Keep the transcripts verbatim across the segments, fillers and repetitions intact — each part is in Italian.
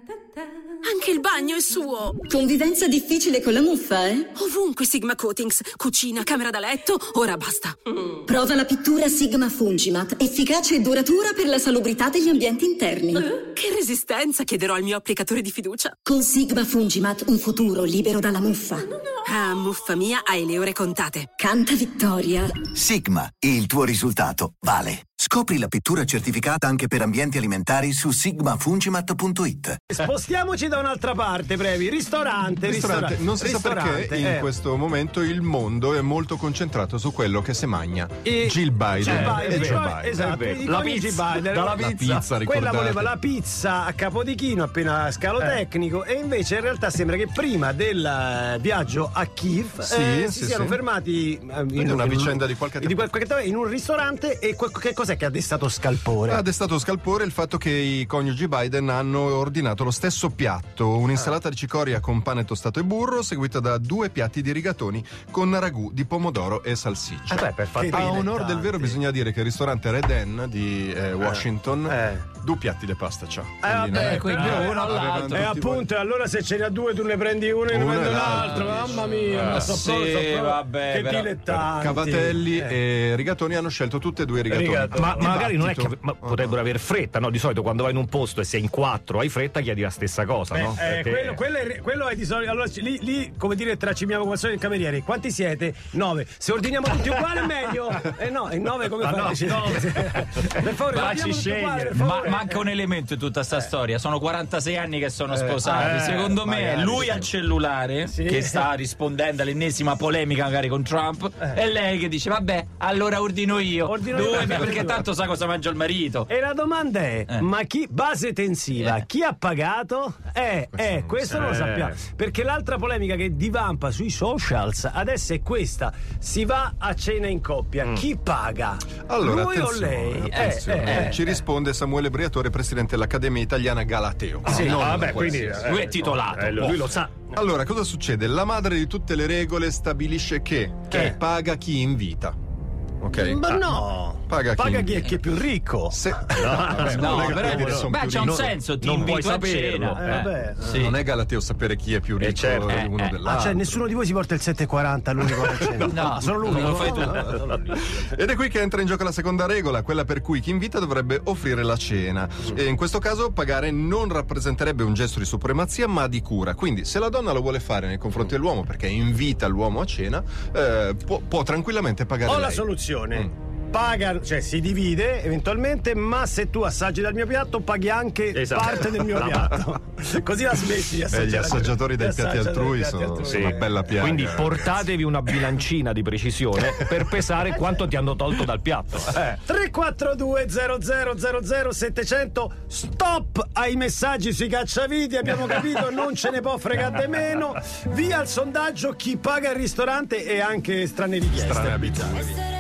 Anche il bagno è suo. Convivenza difficile con la muffa, eh? Ovunque Sigma Coatings. Cucina, camera da letto, ora basta. Mm. Prova la pittura Sigma Fungimat, efficace e duratura per la salubrità degli ambienti interni. Eh? Che resistenza, chiederò al mio applicatore di fiducia. Con Sigma Fungimat un futuro libero dalla muffa. No, no. Ah, muffa mia, hai le ore contate. Canta vittoria. Sigma, il tuo risultato vale. Scopri la pittura certificata anche per ambienti alimentari su sigma fungimat punto it. Spostiamoci da un'altra parte, brevi. Ristorante, ristorante. ristorante. Non si sa perché in eh. questo momento il mondo è molto concentrato su quello che si magna. E Jill Biden. Jill Biden, e Joe cioè, Biden. esatto, Eh la pizza, Biden, la pizza, pizza quella voleva la pizza a Capodichino appena scalo eh. tecnico, e invece in realtà sembra che prima del viaggio a Kiev sì, eh, sì, si siano sì. fermati in, in una in, vicenda di qualche tempo. di qualche, in un ristorante. E che cos'è che ha destato scalpore? Ha destato scalpore il fatto che i coniugi Biden hanno ordinato lo stesso piatto, un'insalata ah. di cicoria con pane tostato e burro, seguita da due piatti di rigatoni con ragù di pomodoro e salsiccia. Ah, beh, per far a onor del vero bisogna dire che il ristorante Red Inn di eh, Washington eh. Eh. due piatti di pasta c'ha. Eh, vabbè, quindi eh, uno all'altro. E appunto, allora se ce ne ha due tu ne prendi uno e ne prendi l'altro. Mamma mia, eh, so sì, proprio, so vabbè, che però, dilettanti. Cavatelli eh. e rigatoni hanno scelto tutte e due i rigatoni. Rigatoni. Ma, ma magari non è che ma potrebbero aver fretta, no? Di solito quando vai in un posto e sei in quattro hai fretta, chiedi la stessa cosa, Beh, no? Eh, Perché... quello, quello, è, quello è di solito. Allora lì, lì come dire, tracimiamo come sono il cameriere. Quanti siete? Nove. Se ordiniamo tutti uguali è meglio. Eh no, in nove come ah, fate? No, no. Per favore, ma ci sceglie. Ma manca un elemento in tutta sta eh. storia. Sono quarantasei anni che sono sposati. Eh, Secondo me magari, lui sì. al cellulare sì. che sta rispondendo all'ennesima polemica magari con Trump eh. e lei che dice vabbè, allora ordino io. Ordino Due, io perché tanto sa cosa mangia il marito. E la domanda è eh. ma chi base tensiva? Eh. Chi ha pagato? Eh, questo, eh, questo non lo sappiamo. Perché l'altra polemica che divampa sui socials adesso è questa: si va a cena in coppia, mm. chi paga? Allora, lui o lei? Eh, eh, ci risponde Samuele Briatore, presidente dell'Accademia Italiana Galateo. Sì, no, vabbè, quindi eh, lui è titolato, eh, lui lo sa. Allora, cosa succede? La madre di tutte le regole stabilisce che chi eh. paga chi invita. Ok? Ma no, paga, paga chi, chi è, chi è più ricco. Se... No, vabbè, no, no però beh, c'è un senso, ti non invito puoi a cena. Eh, vabbè, eh. Sì. Non è galateo sapere chi è più ricco, eh, certo. eh, uno eh. dell'altro. Ah, cioè nessuno di voi si porta il sette e quaranta all'unico a cena. No, no, sono l'unico. lo fai tu. No. Ed è qui che entra in gioco la seconda regola, quella per cui chi invita dovrebbe offrire la cena. E in questo caso pagare non rappresenterebbe un gesto di supremazia, ma di cura. Quindi se la donna lo vuole fare nei confronti dell'uomo perché invita l'uomo a cena, eh, può, può tranquillamente pagare Ho lei. la soluzione. Mm. Paga, cioè si divide eventualmente, ma se tu assaggi dal mio piatto paghi anche esatto. parte del mio piatto. Così la smetti di assaggiare. Eh, gli assaggiatori dei piatti altrui sono sì. una bella piaga. Quindi portatevi una bilancina di precisione per pesare quanto ti hanno tolto dal piatto. Eh. tre quattro due zero zero zero zero sette zero zero. Stop ai messaggi sui cacciaviti, abbiamo capito, non ce ne può fregare di meno. Via il sondaggio, chi paga il ristorante e anche strane richieste. Strane abitudini.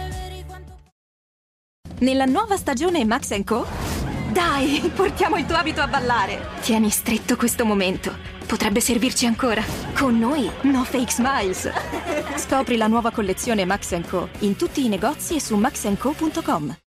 Nella nuova stagione Max and Co? Dai, portiamo il tuo abito a ballare. Tieni stretto questo momento. Potrebbe servirci ancora. Con noi, no fake smiles. Scopri la nuova collezione Max and Co in tutti i negozi e su max and co punto com.